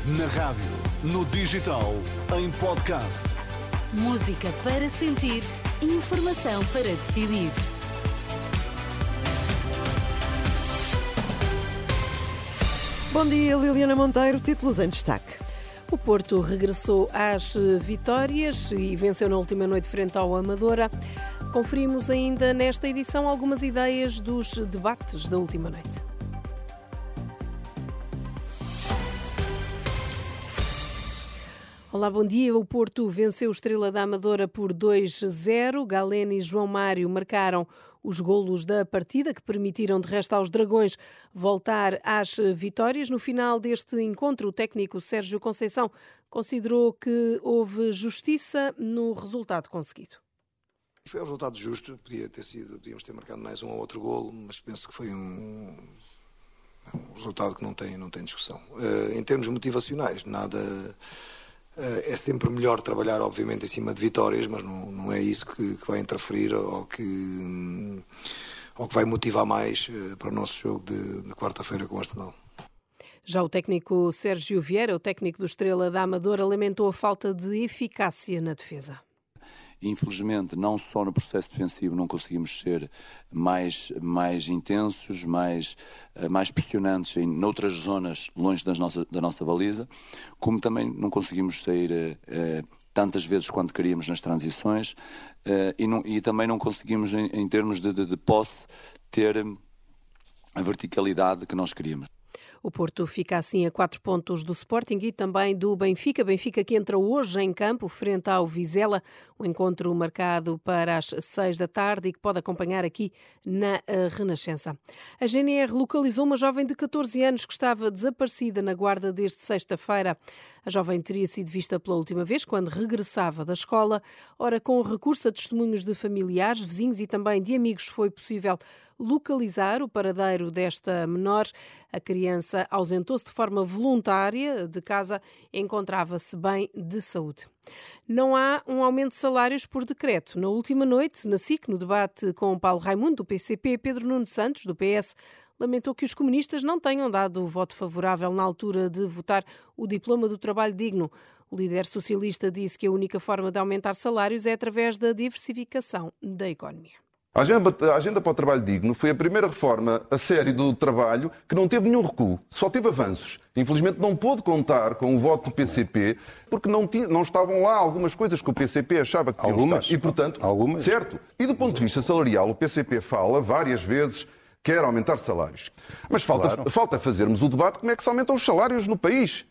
Na rádio, no digital, em podcast. Música para sentir, informação para decidir. Bom dia, Liliana Monteiro, títulos em destaque. O Porto regressou às vitórias e venceu na última noite frente ao Amadora. Conferimos ainda nesta edição algumas ideias dos debates da última noite. Olá, bom dia. O Porto venceu o Estrela da Amadora por 2-0. Galeno e João Mário marcaram os golos da partida, que permitiram de resto aos Dragões voltar às vitórias. No final deste encontro, o técnico Sérgio Conceição considerou que houve justiça no resultado conseguido. Foi um resultado justo, podíamos ter marcado mais um ou outro golo, mas penso que foi um resultado que não tem discussão. Em termos motivacionais, nada... É sempre melhor trabalhar, obviamente, em cima de vitórias, mas não é isso que vai interferir ou que vai motivar mais para o nosso jogo de quarta-feira com o Arsenal. Já o técnico Sérgio Vieira, o técnico do Estrela da Amadora, lamentou a falta de eficácia na defesa. Infelizmente, não só no processo defensivo não conseguimos ser mais intensos, mais pressionantes em noutras zonas longe da nossa baliza, como também não conseguimos sair tantas vezes quanto queríamos nas transições e também não conseguimos, em termos de posse, ter a verticalidade que nós queríamos. O Porto fica assim a 4 pontos do Sporting e também do Benfica. Benfica que entra hoje em campo frente ao Vizela. O encontro marcado para as 6 da tarde e que pode acompanhar aqui na Renascença. A GNR localizou uma jovem de 14 anos que estava desaparecida na Guarda desde sexta-feira. A jovem teria sido vista pela última vez quando regressava da escola. Ora, com o recurso a testemunhos de familiares, vizinhos e também de amigos, foi possível localizar o paradeiro desta menor. A criança ausentou-se de forma voluntária de casa e encontrava-se bem de saúde. Não há um aumento de salários por decreto. Na última noite, na SIC, no debate com Paulo Raimundo, do PCP, Pedro Nuno Santos, do PS, lamentou que os comunistas não tenham dado o voto favorável na altura de votar o diploma do trabalho digno. O líder socialista disse que a única forma de aumentar salários é através da diversificação da economia. A agenda para o trabalho digno foi a primeira reforma a sério do trabalho que não teve nenhum recuo, só teve avanços. Infelizmente não pôde contar com o voto do PCP porque não estavam lá algumas coisas que o PCP achava que deviam estar. E, portanto, certo. E do ponto de vista salarial, o PCP fala várias vezes que quer aumentar salários. Mas falta fazermos o debate como é que se aumentam os salários no país.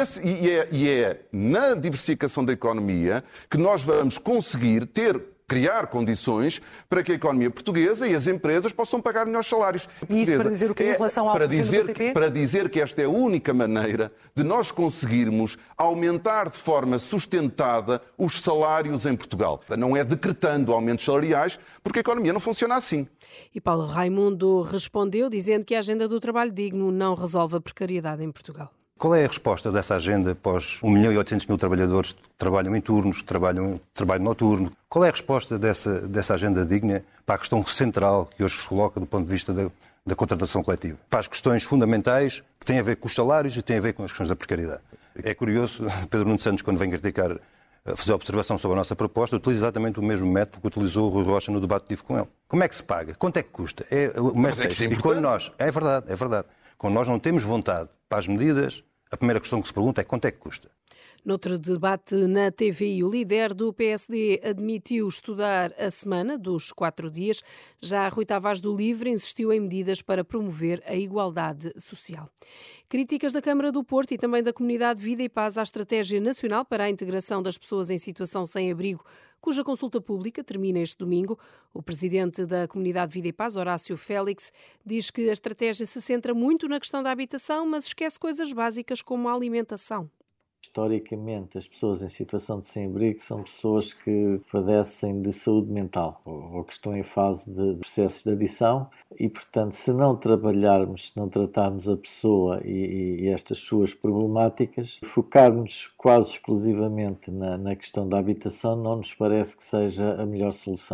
E é na diversificação da economia que nós vamos conseguir criar condições para que a economia portuguesa e as empresas possam pagar melhores salários. E isso para dizer o que em relação ao governo do PCP? Para dizer que esta é a única maneira de nós conseguirmos aumentar de forma sustentada os salários em Portugal. Não é decretando aumentos salariais, porque a economia não funciona assim. E Paulo Raimundo respondeu dizendo que a agenda do trabalho digno não resolve a precariedade em Portugal. Qual é a resposta dessa agenda para os 1.800.000 trabalhadores que trabalham em turnos, que trabalham trabalho noturno? Qual é a resposta dessa agenda digna para a questão central que hoje se coloca do ponto de vista da contratação coletiva? Para as questões fundamentais que têm a ver com os salários e têm a ver com as questões da precariedade. É curioso, Pedro Nuno Santos, quando vem criticar, fazer observação sobre a nossa proposta, utiliza exatamente o mesmo método que utilizou o Rui Rocha no debate que tive com ele. Como é que se paga? Quanto é que custa? Mas é que isso é importante. E quando nós... É verdade. Quando nós não temos vontade para as medidas, a primeira questão que se pergunta é quanto é que custa. Noutro debate na TVI, o líder do PSD admitiu estudar a semana dos 4 dias. Já Rui Tavares do LIVRE insistiu em medidas para promover a igualdade social. Críticas da Câmara do Porto e também da Comunidade Vida e Paz à Estratégia Nacional para a Integração das Pessoas em Situação Sem Abrigo, cuja consulta pública termina este domingo. O presidente da Comunidade Vida e Paz, Horácio Félix, diz que a estratégia se centra muito na questão da habitação, mas esquece coisas básicas como a alimentação. Historicamente, as pessoas em situação de sem-abrigo são pessoas que padecem de saúde mental ou que estão em fase de processos de adição e, portanto, se não trabalharmos, se não tratarmos a pessoa e estas suas problemáticas, focarmos quase exclusivamente na questão da habitação não nos parece que seja a melhor solução.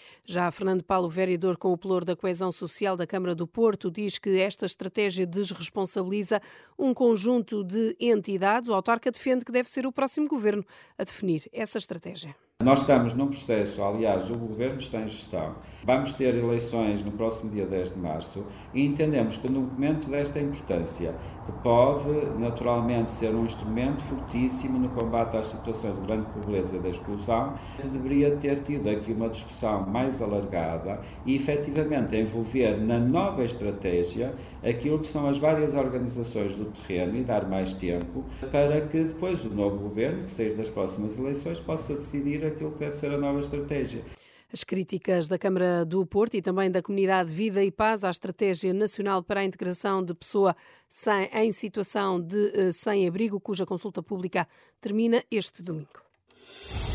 Já Fernando Paulo, vereador com o pelour da coesão social da Câmara do Porto, diz que esta estratégia desresponsabiliza um conjunto de entidades. O autarca defende que deve ser o próximo governo a definir essa estratégia. Nós estamos num processo, aliás, o Governo está em gestão. Vamos ter eleições no próximo dia 10 de março e entendemos que num momento desta importância, que pode naturalmente ser um instrumento fortíssimo no combate às situações de grande pobreza e da exclusão, que deveria ter tido aqui uma discussão mais alargada e efetivamente envolver na nova estratégia aquilo que são as várias organizações do terreno e dar mais tempo para que depois o novo Governo, que sair das próximas eleições, possa decidir aquilo que deve ser a nova estratégia. As críticas da Câmara do Porto e também da Comunidade Vida e Paz à Estratégia Nacional para a Integração de Pessoa em Situação de Sem-Abrigo, cuja consulta pública termina este domingo.